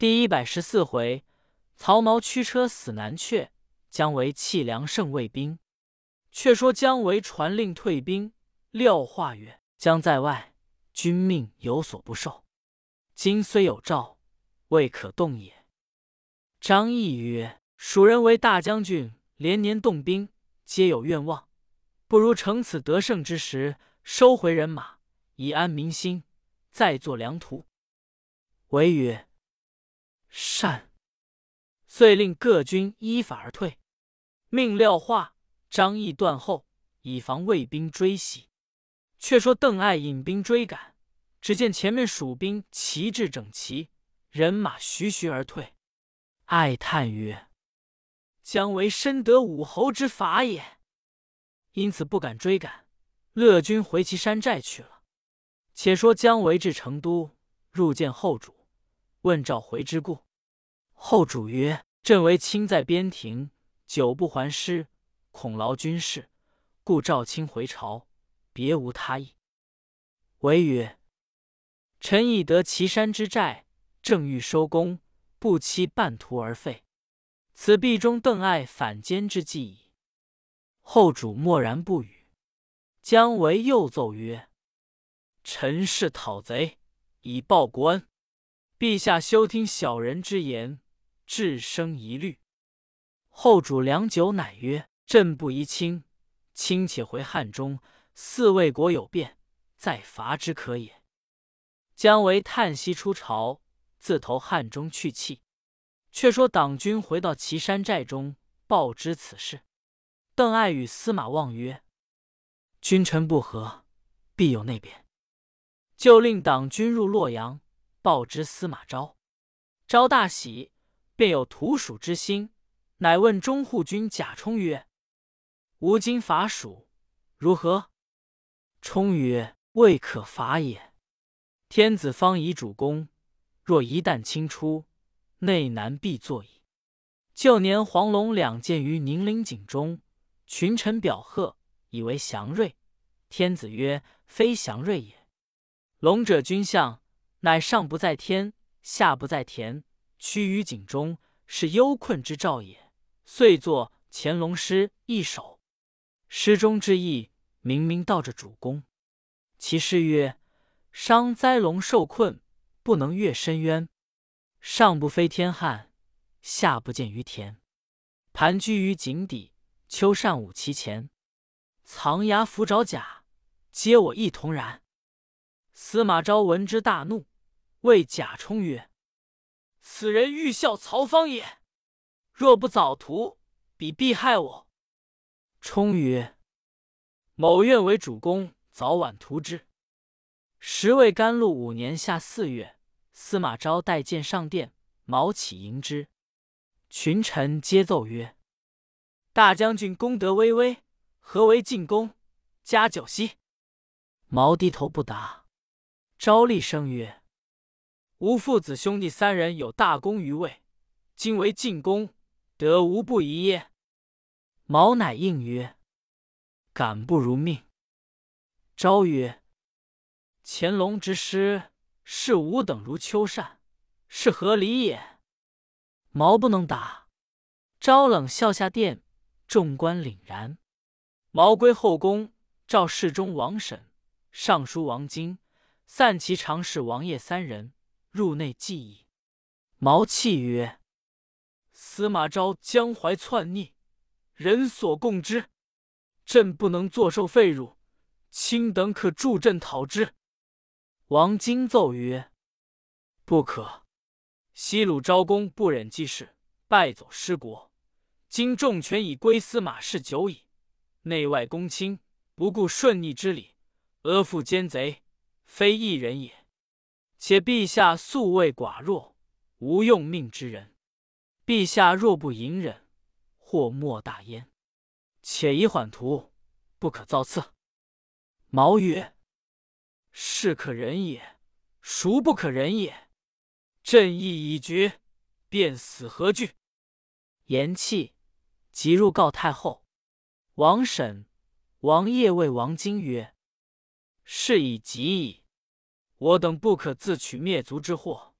第114回，曹髦驱车死南阙，姜维弃粮胜魏兵。却说姜维传令退兵，廖化曰：“将在外，君命有所不受。今虽有诏，未可动也。”张翼曰：“蜀人为大将军，连年动兵，皆有愿望，不如乘此得胜之时，收回人马，以安民心，再作良图。”维曰：“善。”遂令各军依法而退，命廖化、张翼断后，以防魏兵追袭。却说邓艾引兵追赶，只见前面蜀兵旗帜整齐，人马徐徐而退。艾叹曰：“姜维深得武侯之法也。”因此不敢追赶，乐军回其山寨去了。且说姜维至成都，入见后主，问召回之故。后主曰：“朕为卿在边庭，久不还师，恐劳军事，故召卿回朝，别无他意。”维曰：“臣已得岐山之寨，正欲收功，不期半途而废，此必中邓艾反间之计矣。”后主默然不语。姜维又奏曰：“臣是讨贼，以报国恩，陛下休听小人之言，致生疑虑。”后主良久，乃曰：“朕不疑卿，卿且回汉中，似魏国有变，再伐之可也。”姜维叹息出朝，自投汉中去气。却说党军回到岐山寨中，报知此事。邓艾与司马望曰：“君臣不和，必有内变。”就令党军入洛阳，报知司马昭。昭大喜，便有图蜀之心，乃问中护军贾充曰：“吾今伐蜀，如何？”充曰：“未可伐也。天子方以主攻，若一旦轻出，内难必作矣。旧年黄龙两箭于宁陵井中，群臣表贺，以为祥瑞。天子曰：非祥瑞也。龙者军相，乃上不在天，下不在田，趋于井中，是忧困之兆也。遂作乾隆诗一首。诗中之意，明明道着主公。其诗曰：伤灾龙受困，不能越深渊。上不飞天汉，下不见于田。盘踞于井底，秋善舞其前。藏牙伏爪甲，皆我一同然。司马昭闻之大怒，谓贾充曰：“此人欲效曹芳也，若不早图，彼必害我。”充曰：“某愿为主公，早晚图之。”时为甘露5年夏4月，司马昭带剑上殿，毛起迎之。群臣皆奏曰：“大将军功德巍巍，何为进宫？加酒息。”毛低头不答。昭厉声曰：“吾父子兄弟3人有大功于魏，今为进宫，得无不疑耶？”毛乃应曰：“敢不如命。”昭曰：“乾隆之师，视吾等如秋扇，是何理也？”毛不能答。昭冷笑下殿，众官凛然。毛归后宫，召侍中王审、尚书王经、散骑常侍王业3人入内计议。毛泣曰：“司马昭江淮篡逆，人所共知，朕不能坐受废辱，卿等可助朕讨之。”王经奏曰：“不可。西鲁昭公不忍继事，败走失国，今重权已归司马氏久矣，内外公卿，不顾顺逆之礼，阿附奸贼，非一人也。且陛下素为寡弱，无用命之人，陛下若不隐忍，祸莫大焉。且以缓图，不可造次。”毛曰：“是可忍也，孰不可忍也？朕意已决，便死何惧？”言讫，即入告太后。王审、王业谓王经曰：“事已急矣，我等不可自取灭族之祸，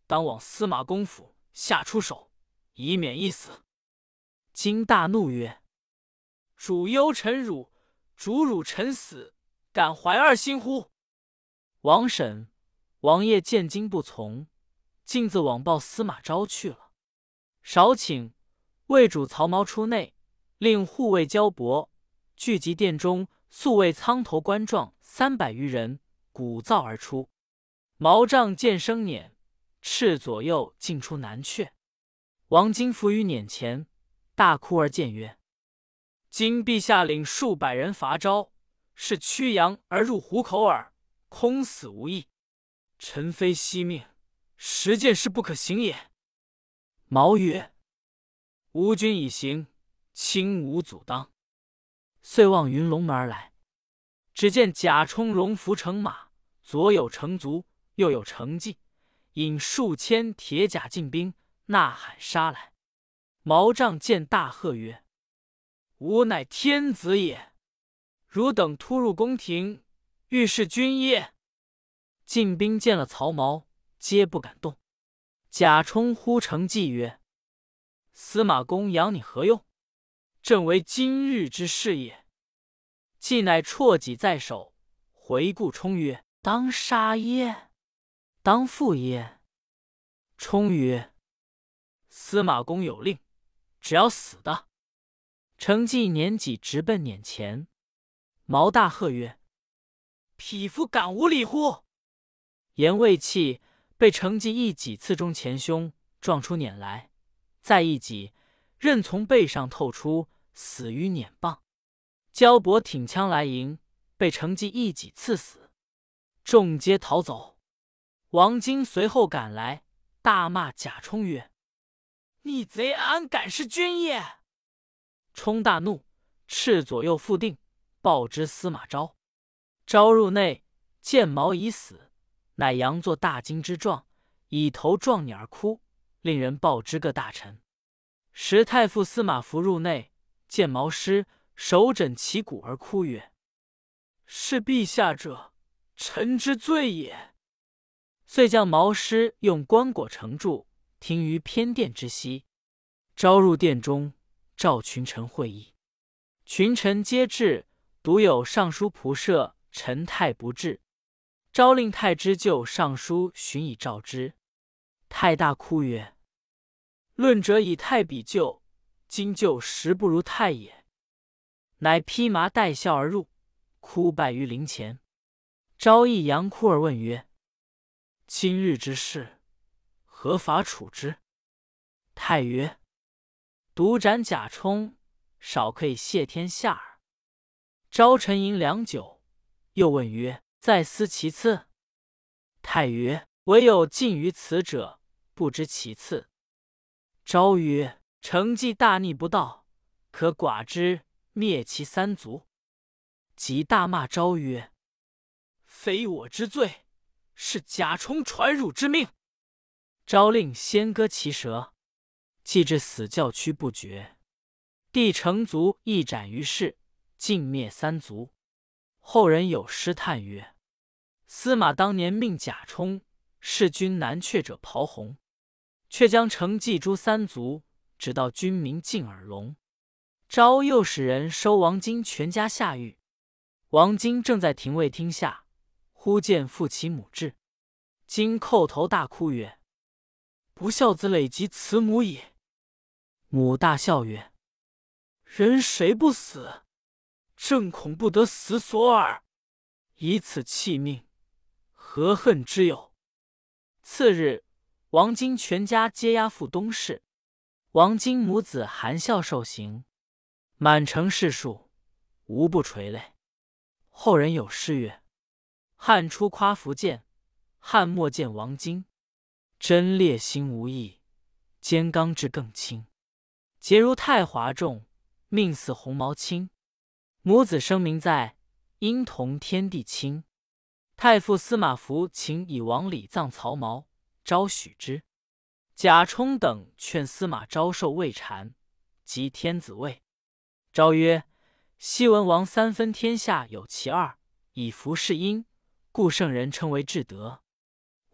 当往司马公府下出手，以免一死。”今大怒曰：“主忧臣辱，主辱臣死，敢怀二心乎？”王审、王爷见今不从，径自往报司马昭去了。少顷，魏主曹髦出内，令护卫交伯聚集殿中，宿卫苍头冠状300余人，鼓噪而出。毛帐见声辇，斥左右进出南阙。王经伏于辇前，大哭而谏曰：“今陛下领数百人伐昭，是驱羊而入虎口耳，空死无益。臣非惜命，实件事不可行也。”毛曰：“吾君已行，卿无阻当。”遂望云龙门而来，只见贾充戎服乘马，左有程卒，右有程济，引数千铁甲劲兵，呐喊杀来。毛帐见大喝曰：“吾乃天子也！汝等突入宫廷，欲弑君耶？”劲兵见了曹髦，皆不敢动。贾充呼程济曰：“司马公养你何用？正为今日之事也。”济乃绰戟在手，回顾充曰：“当杀耶？当负耶？”充曰：“司马公有令，只要死的。”程济年纪直奔辇前。毛大喝曰：“匹夫敢无礼乎！”言未弃，被程济一戟刺中前胸，撞出辇来，再一戟，刃从背上透出，死于辇傍。焦伯挺枪来迎，被程济一戟刺死，众皆逃走。王经随后赶来，大骂贾充曰：“逆贼安敢弑君也！”充大怒，斥左右复定，报之司马昭。昭入内，见毛已死，乃佯作大惊之状，以头撞你而哭，令人报之各大臣。时太傅司马孚入内，见毛尸，手枕其骨而哭曰：“是陛下者，臣之罪也。”遂将毛尸用棺椁盛住，停于偏殿之西。昭入殿中，召群臣会议。群臣皆至，独有尚书仆射陈泰不至。昭令太知就尚书寻以召之。太大哭曰：“论者以太比就，今就实不如太也。”乃披麻戴孝而入，哭拜于灵前。昭亦佯哭而问曰：“今日之事，何法处之？”太曰：“独斩贾充，少可以谢天下耳。”昭沉吟良久，又问曰：“再思其次？”太曰：“唯有近于此者，不知其次。”昭曰：“程济大逆不道，可剮之，灭其三族。”即大骂昭曰：“非我之罪，是贾充传汝之命。”昭令先割其舌，既至死叫屈不绝。帝程卒一斩于市，尽灭三族。后人有诗叹曰：“司马当年命贾充，弑君南阙者袍红，却将程济诛三族，直到君民尽耳聋。”昭又使人收王经全家下狱。王经正在廷尉厅下，忽见父其母至，经叩头大哭曰：“不孝子累及慈母也。”母大笑曰：“人谁不死？正恐不得死所耳。以此弃命，何恨之有？”次日，王经全家皆押赴东市。王经母子含笑受刑，满城士庶，无不垂泪。后人有诗曰：“汉初夸福建，汉末见王经。贞烈心无异，坚刚志更轻。节如太华重，命似鸿毛轻。母子声名在，因同天地亲。”太傅司马孚请以王礼葬曹髦，昭许之。贾充等劝司马昭受魏禅，即天子位。昭曰：“昔文王三分天下有其二，以服事殷，故圣人称为至德。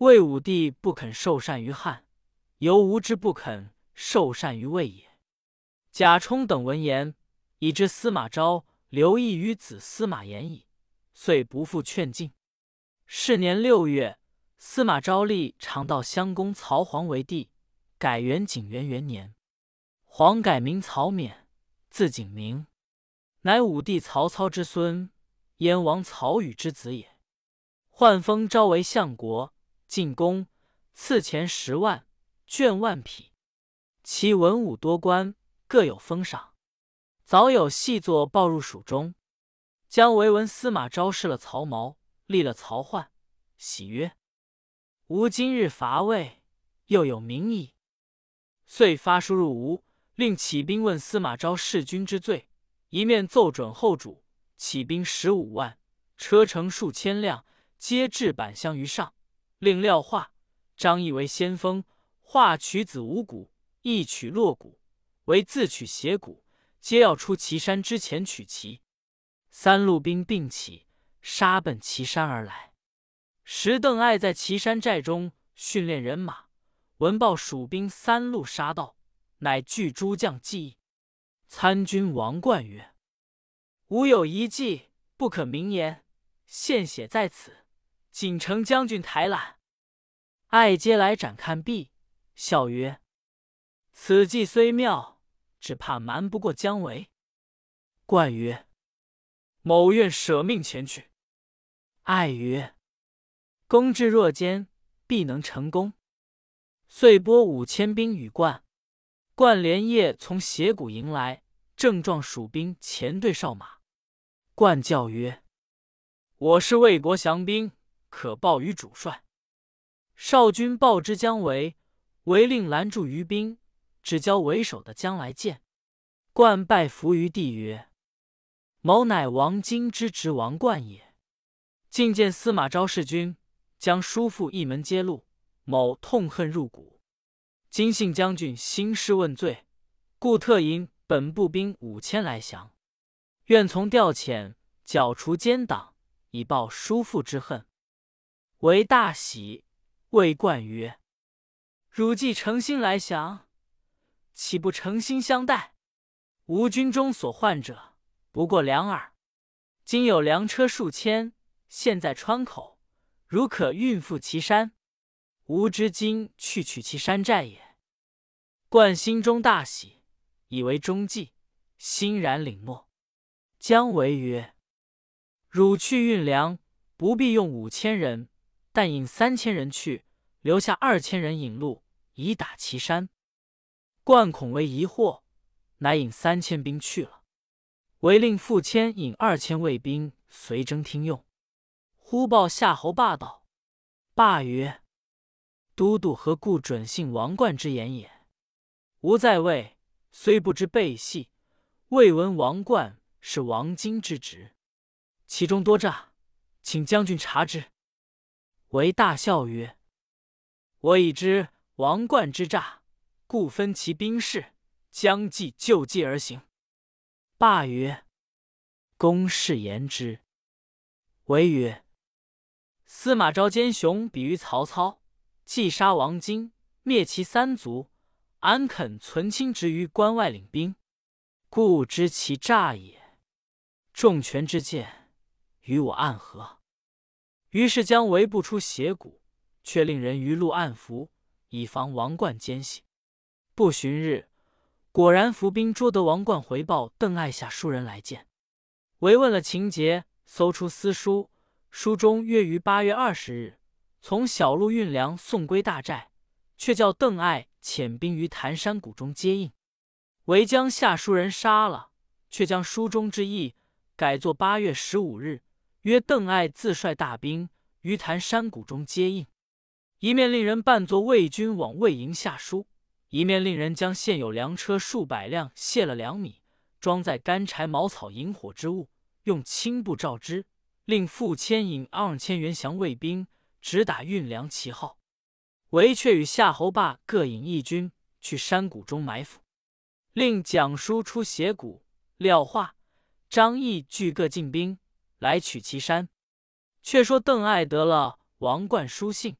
魏武帝不肯受禅于汉，犹吾之不肯受禅于魏也。贾充等闻言，已知司马昭留意于子司马炎矣，遂不复劝进。是年6月，司马昭立长道襄公曹璜为帝，改元景元元年。璜改名曹冕，字景明，乃武帝曹操之孙，燕王曹宇之子也。换封昭为相国，进宫，赐钱10万，绢万匹。其文武多官，各有封赏。早有细作报入蜀中。姜维闻司马昭弑了曹髦，立了曹奂，喜曰：“吾今日伐魏，又有名矣。”遂发书入吴，令起兵问司马昭弑君之罪，一面奏准后主，起兵15万，车乘数千辆，皆置板箱于上。令廖化、张翼为先锋，化取子五谷，亦取骆谷，为自取斜谷，皆要出祁山之前取齐。3路兵并起，杀奔祁山而来。时邓艾在祁山寨中训练人马，闻报蜀兵3路杀到，乃聚诸将计议。参军王贯曰：“吾有一计，不可明言，现写在此，锦城将军台览。”艾皆来展看毕，笑曰：“此计虽妙，只怕瞒不过姜维。”贯曰：“某愿舍命前去。”艾曰：“公志若坚，必能成功。”遂拨5000兵与贯。贯连夜从斜谷迎来，正撞蜀兵前队哨马。贯叫曰：“我是魏国降兵，可报于主帅。”少军报之姜维，维令拦住余兵，只教为首的将来见。贯拜伏于地曰：“某乃王荆之侄王贯也。近见司马昭弑君，将叔父一门揭露，某痛恨入骨。今信将军兴师问罪，故特引本部兵5000来降，愿从调遣，剿除奸党，以报叔父之恨。”为大喜，谓贯曰：“汝既诚心来降，岂不诚心相待？吾军中所患者，不过粮耳。今有粮车数千，现在川口，如可运赴祁山，吾之今去取其山寨也。”贯心中大喜，以为中计，欣然领诺。姜维曰：“汝去运粮，不必用5000人，但引3000人去，留下2000人引路，以打祁山。”贯恐为疑惑，乃引3000兵去了。为令傅谦引2000卫兵随征听用。忽报夏侯霸道。霸曰：“都督何故准信王贯之言也？吾在魏，虽不知背细，未闻王贯是王荆之侄，其中多诈，请将军察之。”为大笑曰：“我已知王贯之诈，故分其兵士，将计就计而行。”霸曰：“公事言之。”为曰：“司马昭奸雄比于曹操，既杀王荆，灭其3族，安肯存亲职于关外领兵？故知其诈也。重权之见，与我暗合。”于是姜维不出斜谷，却令人于路暗伏，以防王贯奸细。不旬日，果然伏兵捉得王贯回报邓艾下书人来见。维问了情节，搜出私书，书中约于8月20日，从小路运粮送归大寨，却叫邓艾遣兵于潭山谷中接应。维将下书人杀了，却将书中之意改作8月15日，约邓艾自率大兵于潭山谷中接应。一面令人扮作魏军往魏营下书，一面令人将现有粮车数百辆卸了2米，装载干柴茅草引火之物，用青布罩之，令傅谦引2000员降魏兵，直打运粮旗号。韦却与夏侯霸各引一军去山谷中埋伏，令蒋叔出斜谷，廖化、张翼俱各进兵来取祁山。却说邓艾得了王贯书信，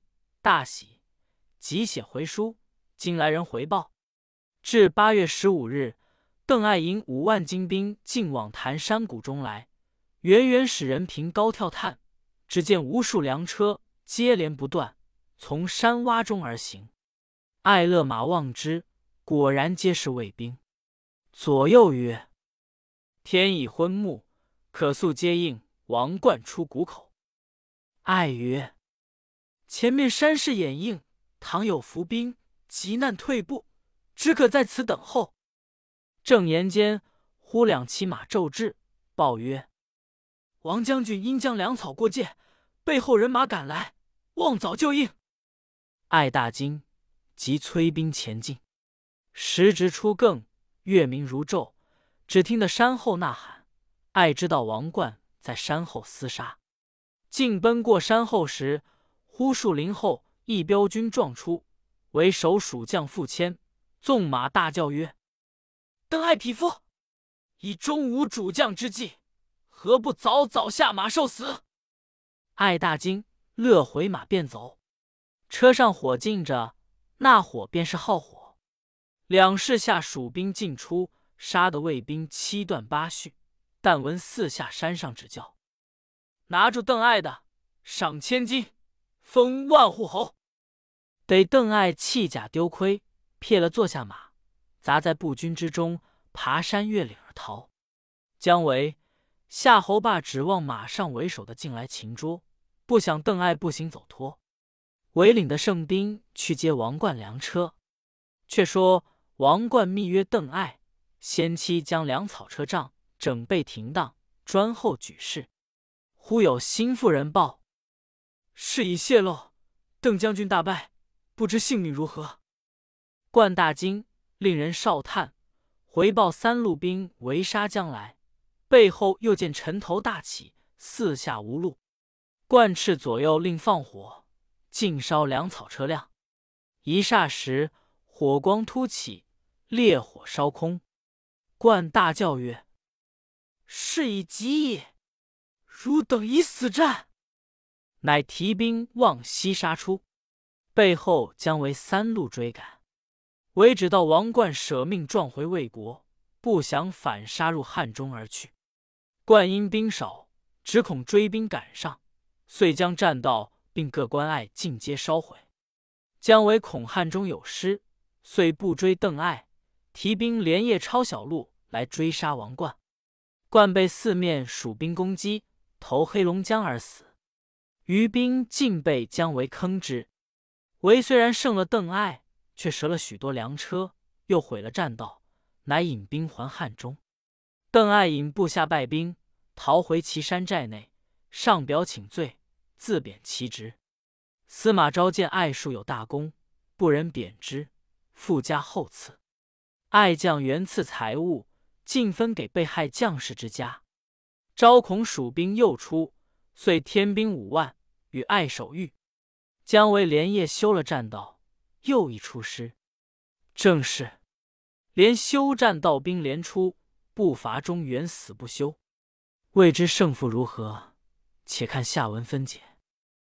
大喜，即写回书，今来人回报。至8月15日，邓艾引5万精兵进往潭山谷中来，远远使人凭高跳探，只见无数粮车接连不断，从山洼中而行。艾勒马望之，果然皆是卫兵。左右曰：“天已昏暮，可速接应王冠出谷口。”艾曰：“前面山势掩映，倘有伏兵，急难退步，只可在此等候。”正言间，忽2骑马骤至，报曰：“王将军因将粮草过界，背后人马赶来，望早就应。”艾大惊，即催兵前进。时值初更，月明如昼，只听得山后呐喊。艾知道王冠在山后厮杀，进奔过山后时，忽树林后一彪军撞出，为首蜀将傅谦，纵马大叫曰：“邓艾匹夫，以中无主将之计，何不早早下马受死？”艾大惊，勒回马便走。车上火尽着，那火便是号火。两士下蜀兵尽出，杀得卫兵7断8续。但闻四下山上只叫：“拿住邓艾的，赏1000金，封万户侯。”得邓艾弃甲丢盔，撇了坐下马，砸在步军之中，爬山越岭而逃。姜维、夏侯霸指望马上为首的进来擒捉，不想邓艾步行走脱。韦领的圣兵去接王冠粮车。却说王冠密约邓艾，先期将粮草车仗整备停当，专候举事。忽有心腹人报，事已泄露，邓将军大败，不知性命如何。冠大惊，令人哨探，回报3路兵围杀将来，背后又见尘头大起，四下无路。冠斥左右令放火，尽烧粮草车辆。一霎时，火光突起，烈火烧空。冠大叫曰：“事已急矣，汝等以死战！”乃提兵往西杀出，背后将为3路追赶。唯只道王冠舍命撞回魏国，不想反杀入汉中而去。冠因兵少，只恐追兵赶上，遂将栈道并各关隘尽皆烧毁。姜维恐汉中有失，遂不追邓艾，提兵连夜抄小路来追杀王冠。冠被四面蜀兵攻击，投黑龙江而死。余兵尽被姜维坑之。维虽然胜了邓艾，却折了许多粮车，又毁了栈道，乃引兵还汉中。邓艾引部下败兵，逃回岐山寨内，上表请罪，自贬其职。司马昭见艾术有大功，不忍贬之，附加厚赐。艾将原赐财物，尽分给被害将士之家。昭恐蜀兵又出，遂添兵5万，与艾守御。姜维连夜修了栈道，又一出师。正是连修栈道兵连出，不伐中原死不休。未知胜负如何，且看下文分解。